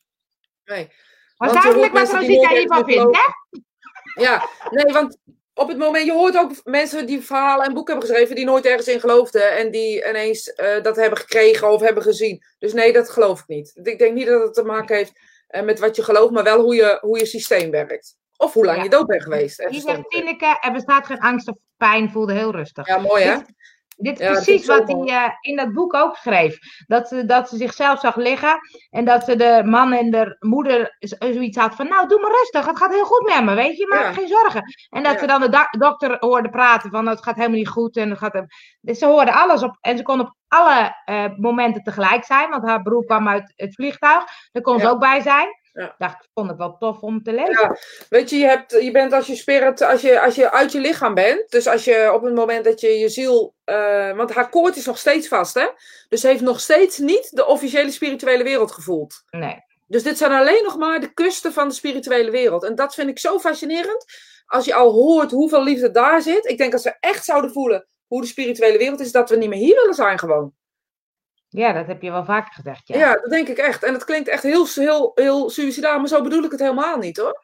Maar duidelijk wat Rosita hiervan vindt, hè? Ja, nee, want op het moment, je hoort ook mensen die verhalen en boeken hebben geschreven die nooit ergens in geloofden en die ineens dat hebben gekregen of hebben gezien. Dus nee, dat geloof ik niet. Ik denk niet dat het te maken heeft met wat je gelooft, maar wel hoe je systeem werkt. Of hoe lang je dood bent geweest. Hier zegt Tineke, er bestaat geen angst of pijn, voelde heel rustig. Ja, mooi hè? Dit is precies wat hij in dat boek ook schreef. Dat ze zichzelf zag liggen. En dat ze de man en de moeder zoiets had van... Nou, doe maar rustig. Het gaat heel goed met me, weet je. Maak geen zorgen. En dat ze dan de dokter hoorde praten van... Het gaat helemaal niet goed. En dus ze hoorde alles op. En ze kon op alle momenten tegelijk zijn. Want haar broer kwam uit het vliegtuig. Daar kon ze ook bij zijn. Ja. Vond ik wel tof om te lezen. Ja, weet je, je bent als je spirit, als je uit je lichaam bent, dus als je op het moment dat je ziel, want haar koord is nog steeds vast, hè? Dus ze heeft nog steeds niet de officiële spirituele wereld gevoeld. Nee. Dus dit zijn alleen nog maar de kusten van de spirituele wereld. En dat vind ik zo fascinerend. Als je al hoort hoeveel liefde daar zit. Ik denk als we echt zouden voelen hoe de spirituele wereld is, dat we niet meer hier willen zijn gewoon. Ja, dat heb je wel vaker gezegd, ja. Ja, dat denk ik echt. En het klinkt echt heel suicidaal, maar zo bedoel ik het helemaal niet, hoor.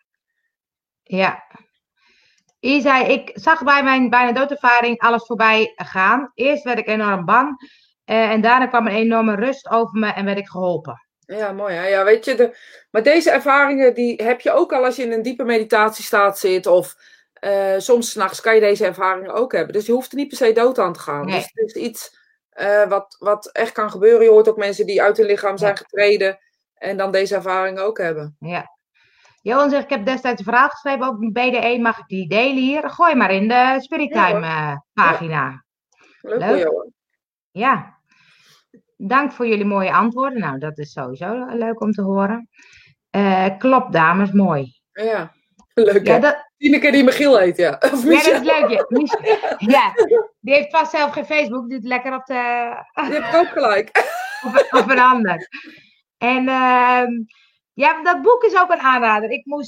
Ja. Je zei, ik zag bij mijn bijna doodervaring alles voorbij gaan. Eerst werd ik enorm bang. En daarna kwam een enorme rust over me en werd ik geholpen. Ja, mooi hè. Ja, weet je, maar deze ervaringen die heb je ook al als je in een diepe meditatiestaat zit. Of soms 's nachts kan je deze ervaringen ook hebben. Dus je hoeft er niet per se dood aan te gaan. Nee. Dus het is iets wat echt kan gebeuren. Je hoort ook mensen die uit hun lichaam zijn getreden. En dan deze ervaringen ook hebben. Ja. Johan zegt, ik heb destijds een verhaal geschreven over BDE. Mag ik die delen hier? Gooi maar in de Spirittime pagina. Leuk voor Johan. Ja. Dank voor jullie mooie antwoorden. Nou, dat is sowieso leuk om te horen. Klopt, dames. Mooi. Ja, leuk hè? Ja, Tineke die Michiel heet, ja. Of Ja, dat is leuk. Ja, die heeft vast zelf geen Facebook. Die doet lekker op de... Die heb ik ook gelijk. Of een ander. En ja, dat boek is ook een aanrader.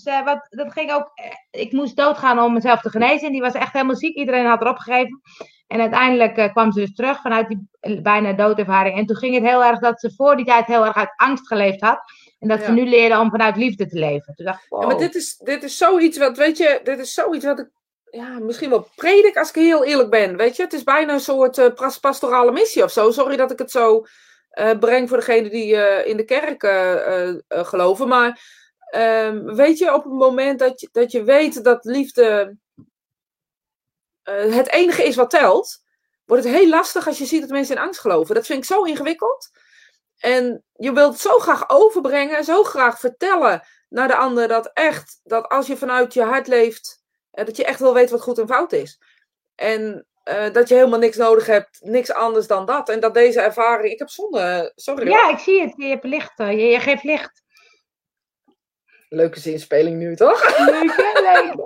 Ik moest doodgaan om mezelf te genezen. En die was echt helemaal ziek. Iedereen had erop gegeven. En uiteindelijk kwam ze dus terug vanuit die bijna doodervaring. En toen ging het heel erg dat ze voor die tijd heel erg uit angst geleefd had. En dat ze nu leerde om vanuit liefde te leven. Toen dacht ik, wow. Ja, maar dit is zoiets wat, weet je, dit is zoiets wat ik misschien wel predik als ik heel eerlijk ben. Weet je, het is bijna een soort pastorale missie of zo. Sorry dat ik het zo breng voor degenen die in de kerk geloven. Maar weet je, op het moment dat je weet dat liefde het enige is wat telt, wordt het heel lastig als je ziet dat mensen in angst geloven. Dat vind ik zo ingewikkeld. En je wilt het zo graag overbrengen, zo graag vertellen naar de ander dat als je vanuit je hart leeft, dat je echt wel weet wat goed en fout is. En dat je helemaal niks nodig hebt, niks anders dan dat. En dat deze ervaring, ik heb zonde, sorry. Ja, ik zie het, je hebt licht, je geeft licht. Leuke zinspeling nu, toch? Leuk.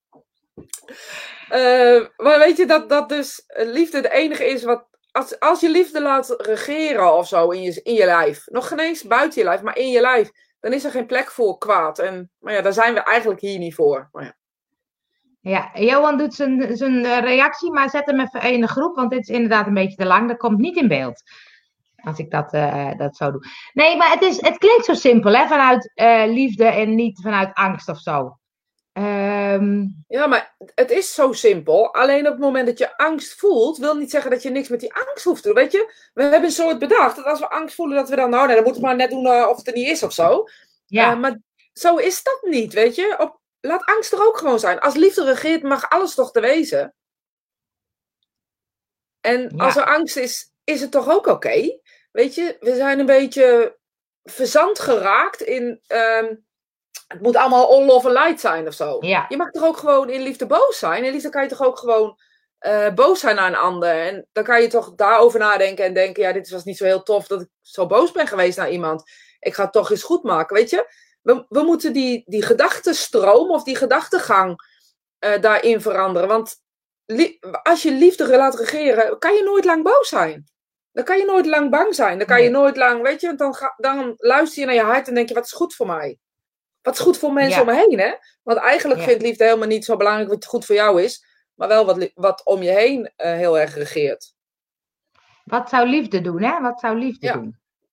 Maar weet je, dat dus liefde de enige is wat... Als je liefde laat regeren of zo in je lijf. Nog geen eens buiten je lijf, maar in je lijf. Dan is er geen plek voor kwaad. Maar ja, daar zijn we eigenlijk hier niet voor. Maar ja. Ja, Johan doet zijn reactie, maar zet hem even in de groep. Want dit is inderdaad een beetje te lang. Dat komt niet in beeld. Als ik dat zo doe. Nee, maar het klinkt zo simpel, hè? Vanuit liefde en niet vanuit angst of zo. Ja, maar het is zo simpel. Alleen op het moment dat je angst voelt, wil niet zeggen dat je niks met die angst hoeft te doen. Weet je, we hebben een soort bedacht dat als we angst voelen, dat we dan, dan moeten we maar net doen of het er niet is of zo. Ja. Maar zo is dat niet, weet je. Laat angst er ook gewoon zijn. Als liefde regeert, mag alles toch te wezen. En als er angst is het toch ook oké? Weet je, we zijn een beetje verzand geraakt in... het moet allemaal all love and light zijn of zo. Ja. Je mag toch ook gewoon in liefde boos zijn? In liefde kan je toch ook gewoon boos zijn naar een ander? En dan kan je toch daarover nadenken en denken... Ja, dit was niet zo heel tof dat ik zo boos ben geweest naar iemand. Ik ga het toch eens goed maken, weet je? We moeten die gedachtenstroom of die gedachtegang daarin veranderen. Want als je liefde laat regeren, kan je nooit lang boos zijn. Dan kan je nooit lang bang zijn. Dan kan je nooit lang, weet je... Dan luister je naar je hart en denk je, wat is goed voor mij? Wat is goed voor mensen om me heen, hè? Want eigenlijk vindt liefde helemaal niet zo belangrijk wat goed voor jou is. Maar wel wat om je heen heel erg regeert. Wat zou liefde doen, hè? Wat zou liefde doen?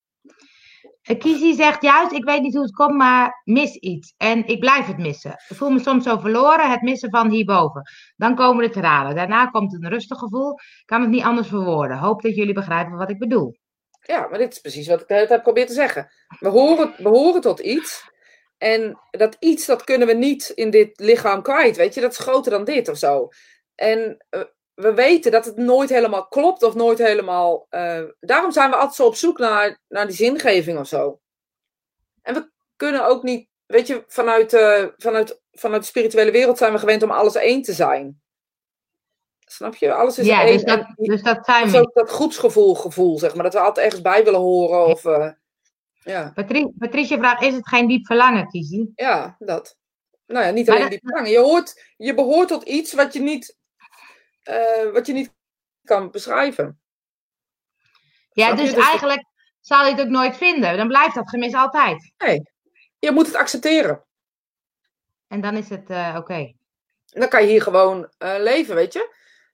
Kizzy zegt juist, ik weet niet hoe het komt, maar mis iets. En ik blijf het missen. Ik voel me soms zo verloren, het missen van hierboven. Dan komen de tranen. Daarna komt een rustig gevoel. Ik kan het niet anders verwoorden. Hoop dat jullie begrijpen wat ik bedoel. Ja, maar dit is precies wat ik de hele tijd probeer te zeggen. We horen tot iets... En dat iets, dat kunnen we niet in dit lichaam kwijt, weet je. Dat is groter dan dit of zo. En we weten dat het nooit helemaal klopt of nooit helemaal... daarom zijn we altijd zo op zoek naar die zingeving of zo. En we kunnen ook niet... Weet je, vanuit de spirituele wereld zijn we gewend om alles één te zijn. Snap je? Alles is één. Dus dat zijn we. Dat is ook dat groepsgevoel, zeg maar. Dat we altijd ergens bij willen horen of... Ja. Patricia vraagt, is het geen diep verlangen, Kizzy? Ja, dat. Nou ja, niet alleen diep verlangen. Je behoort tot iets wat je niet kan beschrijven. Ja, dus eigenlijk zal je het ook nooit vinden. Dan blijft dat gemis altijd. Nee, je moet het accepteren. En dan is het oké. Dan kan je hier gewoon leven, weet je.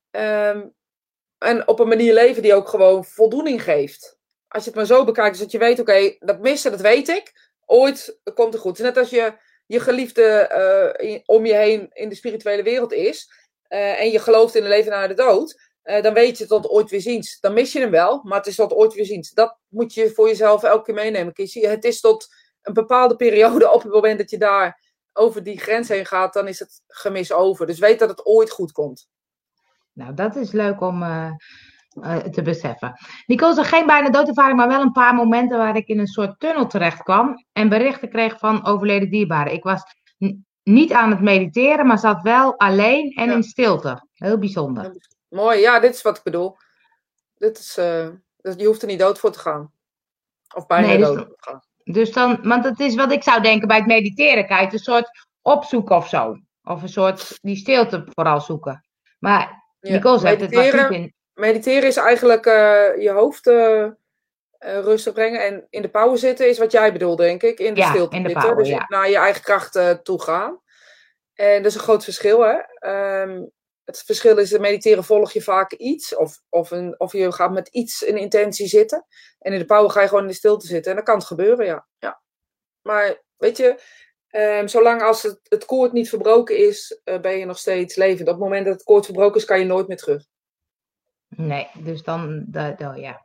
En op een manier leven die ook gewoon voldoening geeft. Als je het maar zo bekijkt, dus dat je weet, oké, dat missen, dat weet ik. Ooit komt het goed. Net als je geliefde om je heen in de spirituele wereld is. En je gelooft in een leven na de dood. Dan weet je tot ooit weer ziens. Dan mis je hem wel, maar het is tot ooit weer ziens. Dat moet je voor jezelf elke keer meenemen, Kissy. Het is tot een bepaalde periode, op het moment dat je daar over die grens heen gaat, dan is het gemis over. Dus weet dat het ooit goed komt. Nou, dat is leuk om te beseffen. Nicole zegt geen bijna doodervaring, maar wel een paar momenten waar ik in een soort tunnel terecht kwam en berichten kreeg van overleden dierbaren. Ik was niet aan het mediteren, maar zat wel alleen en in stilte. Heel bijzonder. Mooi, ja, dit is wat ik bedoel. Dit is, je hoeft er niet dood voor te gaan. Of bijna dood voor te gaan. Dus dan, want dat is wat ik zou denken bij het mediteren. Kijk, een soort opzoeken of zo. Of een soort die stilte vooral zoeken. Maar Ja, Nicole zegt, het was niet in... mediteren is eigenlijk je hoofd rustig brengen. En in de power zitten is wat jij bedoelt, denk ik. In de stilte in de zitten. power, Dus naar je eigen kracht toe gaan. En dat is een groot verschil, hè. Het verschil is, mediteren volg je vaak iets. Of je gaat met iets in intentie zitten. En in de power ga je gewoon in de stilte zitten. En dat kan het gebeuren, ja. Maar, weet je... zolang als het koord niet verbroken is, ben je nog steeds levend. Op het moment dat het koord verbroken is, kan je nooit meer terug. Nee, dus dan, ja.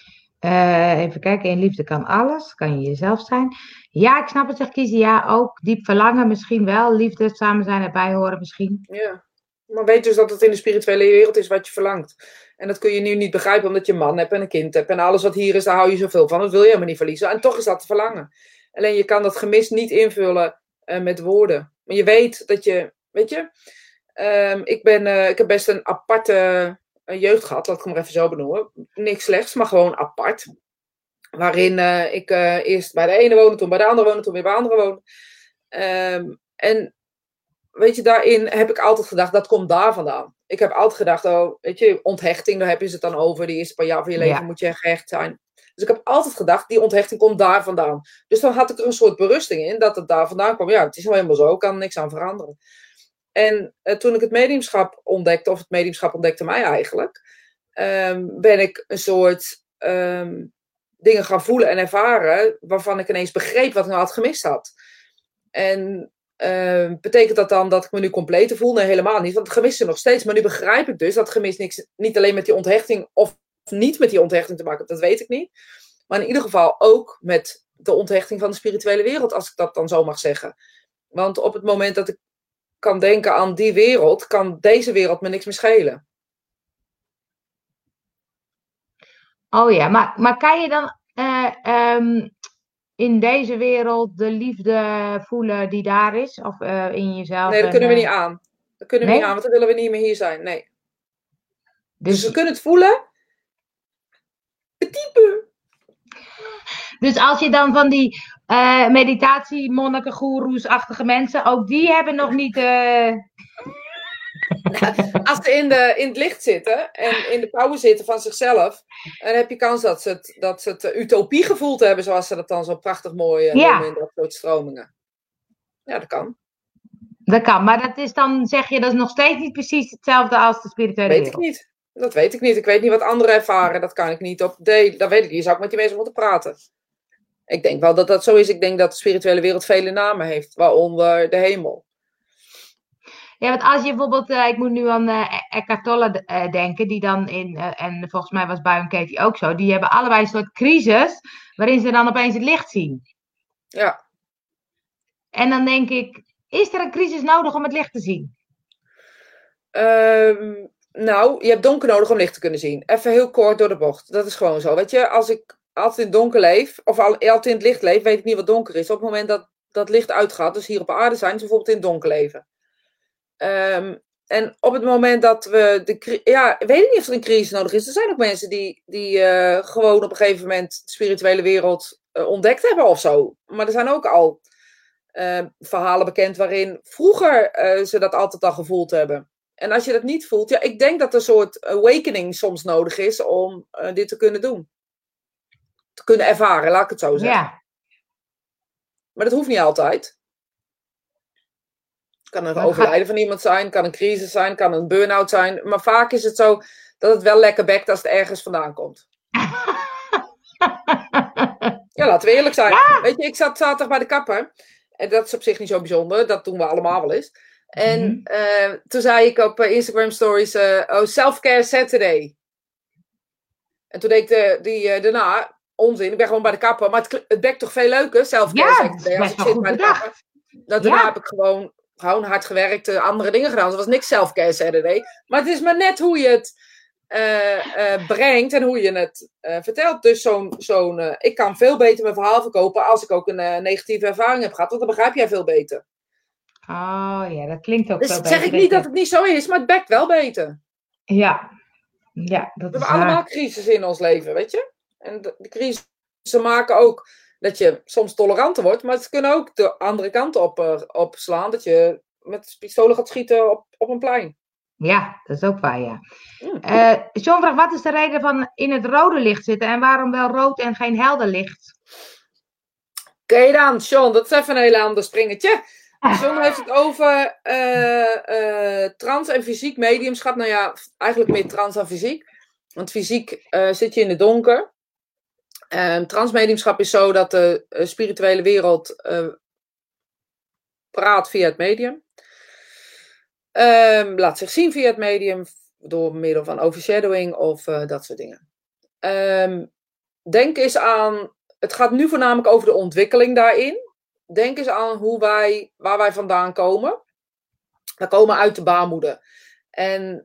Even kijken, in liefde kan alles. Kan je jezelf zijn. Ja, ik snap het, zegt Kiezen. Ja, ook diep verlangen misschien wel. Liefde, samen zijn, erbij horen misschien. Ja, maar weet dus dat het in de spirituele wereld is wat je verlangt. En dat kun je nu niet begrijpen omdat je een man hebt en een kind hebt. En alles wat hier is, daar hou je zoveel van. Dat wil je helemaal niet verliezen. En toch is dat te verlangen. Alleen je kan dat gemis niet invullen met woorden. Maar je weet dat je, weet je... ik heb best een aparte jeugd gehad, laat ik hem maar even zo benoemen. Niks slechts, maar gewoon apart. Waarin ik eerst bij de ene woonde, toen bij de andere woonde, toen weer bij de andere woonde. En weet je, daarin heb ik altijd gedacht, dat komt daar vandaan. Ik heb altijd gedacht, weet je, onthechting, daar heb je het dan over. Die eerste paar jaar van je leven moet je gehecht zijn. Dus ik heb altijd gedacht, die onthechting komt daar vandaan. Dus dan had ik er een soort berusting in, dat het daar vandaan kwam. Ja, het is nou helemaal zo, ik kan er niks aan veranderen. En toen ik het mediumschap ontdekte, of het mediumschap ontdekte mij eigenlijk, ben ik een soort dingen gaan voelen en ervaren, waarvan ik ineens begreep wat ik nou had gemist had. En betekent dat dan dat ik me nu completer voel? Nee, helemaal niet, want het gemist er nog steeds. Maar nu begrijp ik dus dat gemis niet alleen met die onthechting, of niet met die onthechting te maken, dat weet ik niet. Maar in ieder geval ook met de onthechting van de spirituele wereld, als ik dat dan zo mag zeggen. Want op het moment dat ik kan denken aan die wereld, kan deze wereld me niks meer schelen. Oh ja, maar kan je dan in deze wereld de liefde voelen die daar is? Of in jezelf? Nee, dat kunnen we niet aan. Dat kunnen we niet aan, want dan willen we niet meer hier zijn. Nee. Dus we kunnen het voelen. Typen. Dus als je dan van die meditatiemonniken, goeroes-achtige mensen, ook die hebben nog niet... Als ze in het licht zitten en in de power zitten van zichzelf, dan heb je kans dat ze het utopie gevoeld hebben, zoals ze dat dan zo prachtig mooi noemen in dat soort stromingen. Ja, dat kan. Dat kan, maar dat is dan, zeg je, dat is nog steeds niet precies hetzelfde als de spirituele wereld. Weet ik niet. Dat weet ik niet. Ik weet niet wat anderen ervaren. Dat kan ik niet op delen. Dat weet ik niet. Je zou ook met die mensen moeten praten. Ik denk wel dat dat zo is. Ik denk dat de spirituele wereld vele namen heeft, waaronder de hemel. Ja, want als je bijvoorbeeld, ik moet nu aan Eckhart Tolle denken, die dan en volgens mij was Byron Katie ook zo, die hebben allebei een soort crisis, waarin ze dan opeens het licht zien. Ja. En dan denk ik, is er een crisis nodig om het licht te zien? Nou, je hebt donker nodig om licht te kunnen zien. Even heel kort door de bocht. Dat is gewoon zo. Weet je, als ik altijd in het donker leef, of altijd in het licht leef, weet ik niet wat donker is. Op het moment dat dat licht uitgaat, dus hier op aarde zijn, is bijvoorbeeld in het donker leven. En op het moment dat we ik weet niet of er een crisis nodig is. Er zijn ook mensen die gewoon op een gegeven moment de spirituele wereld ontdekt hebben of zo. Maar er zijn ook al verhalen bekend waarin vroeger ze dat altijd al gevoeld hebben. En als je dat niet voelt, ja, ik denk dat er een soort awakening soms nodig is om dit te kunnen doen. Te kunnen ervaren, laat ik het zo zeggen. Ja. Maar dat hoeft niet altijd. Het kan een overlijden van iemand zijn, kan een crisis zijn, kan een burn-out zijn. Maar vaak is het zo dat het wel lekker bekt als het ergens vandaan komt. Ja, laten we eerlijk zijn. Ja. Weet je, ik zat zaterdag bij de kapper. En dat is op zich niet zo bijzonder. Dat doen we allemaal wel eens. En toen zei ik op Instagram stories, self-care Saturday. En toen deed ik daarna, onzin, ik ben gewoon bij de kapper. Maar het bekt toch veel leuker, self-care Saturday. Als ik zit bij de kapper. Daarna heb ik gewoon hard gewerkt, andere dingen gedaan. Dat was niks self-care Saturday. Maar het is maar net hoe je het brengt en hoe je het vertelt. Dus ik kan veel beter mijn verhaal verkopen als ik ook een negatieve ervaring heb gehad. Want dan begrijp jij veel beter. Oh ja, dat klinkt ook dus zo. Dus zeg ik niet dat het niet zo is, maar het bekt wel beter. Ja. We hebben allemaal crisis in ons leven, weet je. En de crisissen maken ook dat je soms toleranter wordt, maar het kunnen ook de andere kant op slaan. Dat je met pistolen gaat schieten op een plein. Ja, dat is ook waar, ja. John vraagt, wat is de reden van in het rode licht zitten en waarom wel rood en geen helder licht? Oké dan, John, dat is even een heel ander springetje. John heeft het over trans en fysiek mediumschap. Nou ja, eigenlijk meer trans dan fysiek. Want fysiek zit je in het donker. Transmediumschap is zo dat de spirituele wereld praat via het medium. Laat zich zien via het medium door middel van overshadowing of dat soort dingen. Denk eens aan, het gaat nu voornamelijk over de ontwikkeling daarin. Denk eens aan waar wij vandaan komen. We komen uit de baarmoeder. En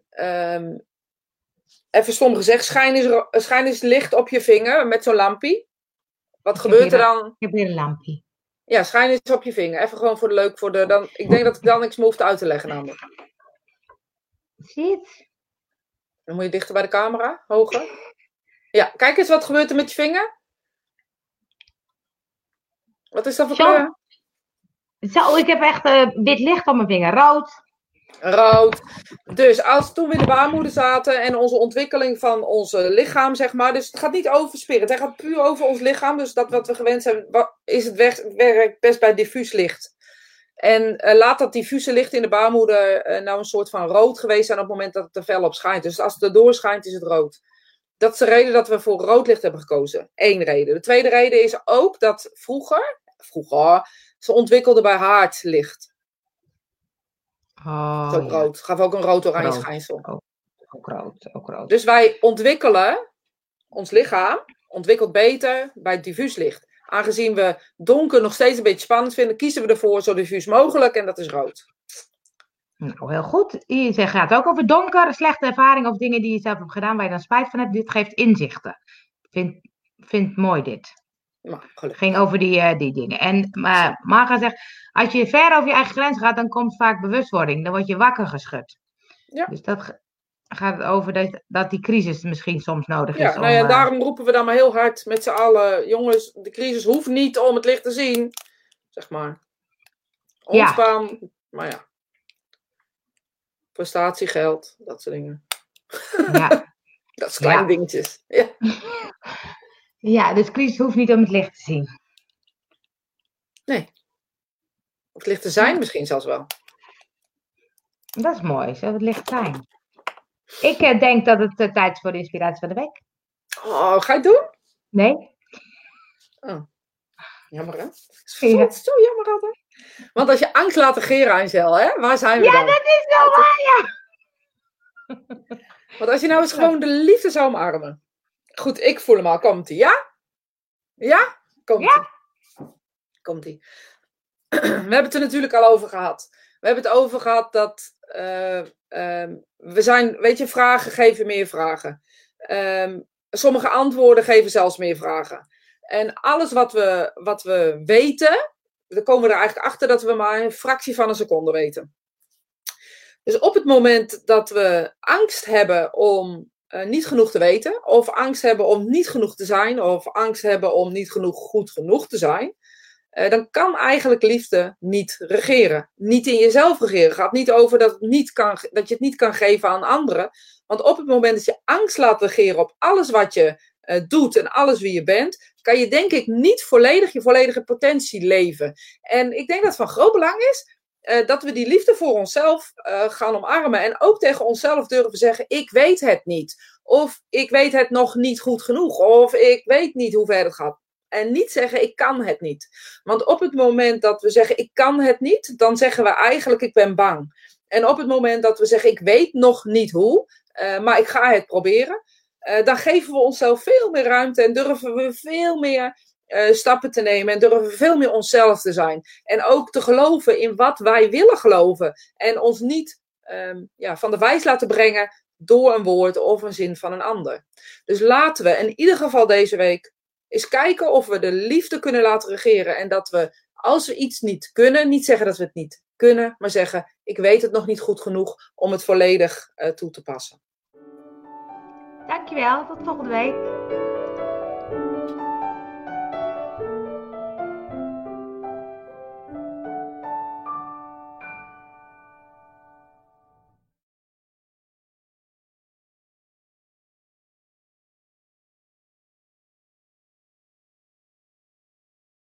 even stom gezegd, schijn eens licht op je vinger met zo'n lampie. Wat gebeurt er dan? Ik heb weer een lampje. Ja, schijn eens op je vinger. Even gewoon voor de leuk. Ik denk dat ik dan niks meer hoef uit te leggen namelijk. Zie je het? Dan moet je dichter bij de camera. Hoger. Ja, kijk eens wat gebeurt er met je vinger. Wat is dat voor kleur? Zo, ik heb echt wit licht op mijn vinger. Rood. Rood. Dus toen we in de baarmoeder zaten en onze ontwikkeling van ons lichaam, zeg maar. Dus het gaat niet over spirit. Het gaat puur over ons lichaam. Dus dat wat we gewend zijn, is het werkt best bij diffuus licht. En laat dat diffuse licht in de baarmoeder nou een soort van rood geweest zijn op het moment dat het er fel op schijnt. Dus als het erdoor schijnt, is het rood. Dat is de reden dat we voor rood licht hebben gekozen. Eén reden. De tweede reden is ook dat vroeger ze ontwikkelden bij haardlicht. Zo rood. Gaf ook een rood-oranje schijnsel. Ook rood. Dus wij ontwikkelen, ons lichaam ontwikkelt beter bij diffuus licht. Aangezien we donker nog steeds een beetje spannend vinden, kiezen we ervoor zo diffuus mogelijk en dat is rood. Nou, heel goed. Je gaat ook over donker, slechte ervaringen of dingen die je zelf hebt gedaan waar je dan spijt van hebt. Dit geeft inzichten. Vind mooi dit. Ging over die dingen. En Marga zegt, als je ver over je eigen grens gaat, dan komt vaak bewustwording. Dan word je wakker geschud. Ja. Dus dat gaat het over dat die crisis misschien soms nodig is. Ja, nou ja, daarom roepen we dan maar heel hard met z'n allen. Jongens, de crisis hoeft niet om het licht te zien. Zeg maar. Ontspan. Ja. Maar ja. Prestatiegeld. Dat soort dingen. Ja. Dat is kleine dingetjes. Ja. Ja, dus crisis hoeft niet om het licht te zien. Nee. Of het licht te zijn misschien zelfs wel. Dat is mooi, zou het licht zijn. Ik denk dat het tijd is voor de inspiratie van de week. Oh, ga je het doen? Nee. Oh. Jammer, hè? Het is zo jammer altijd. Want als je angst laat regeren, Angel, hè? Waar zijn we dan? Ja, dat is wel waar, ja. Want als je nou eens gewoon de liefde zou omarmen. Goed, ik voel hem al. Komt-ie, ja? Ja? Komt-ie. Ja. Komt-ie. We hebben het er natuurlijk al over gehad. We hebben het over gehad dat we zijn, weet je, vragen geven meer vragen. Sommige antwoorden geven zelfs meer vragen. En alles wat we weten, dan komen we er eigenlijk achter dat we maar een fractie van een seconde weten. Dus op het moment dat we angst hebben om niet genoeg te weten, of angst hebben om niet genoeg te zijn, of angst hebben om niet goed genoeg te zijn, dan kan eigenlijk liefde niet regeren. Niet in jezelf regeren. Het gaat niet over dat je het niet kan geven aan anderen. Want op het moment dat je angst laat regeren op alles wat je doet en alles wie je bent, kan je denk ik niet volledig je volledige potentie leven. En ik denk dat het van groot belang is dat we die liefde voor onszelf gaan omarmen. En ook tegen onszelf durven zeggen, ik weet het niet. Of ik weet het nog niet goed genoeg. Of ik weet niet hoe ver het gaat. En niet zeggen, ik kan het niet. Want op het moment dat we zeggen, ik kan het niet, dan zeggen we eigenlijk, ik ben bang. En op het moment dat we zeggen, ik weet nog niet hoe, maar ik ga het proberen, dan geven we onszelf veel meer ruimte en durven we veel meer stappen te nemen en durven we veel meer onszelf te zijn. En ook te geloven in wat wij willen geloven. En ons niet van de wijs laten brengen door een woord of een zin van een ander. Dus laten we in ieder geval deze week eens kijken of we de liefde kunnen laten regeren. En dat we, als we iets niet kunnen, niet zeggen dat we het niet kunnen, maar zeggen, ik weet het nog niet goed genoeg om het volledig toe te passen. Dankjewel, tot volgende week.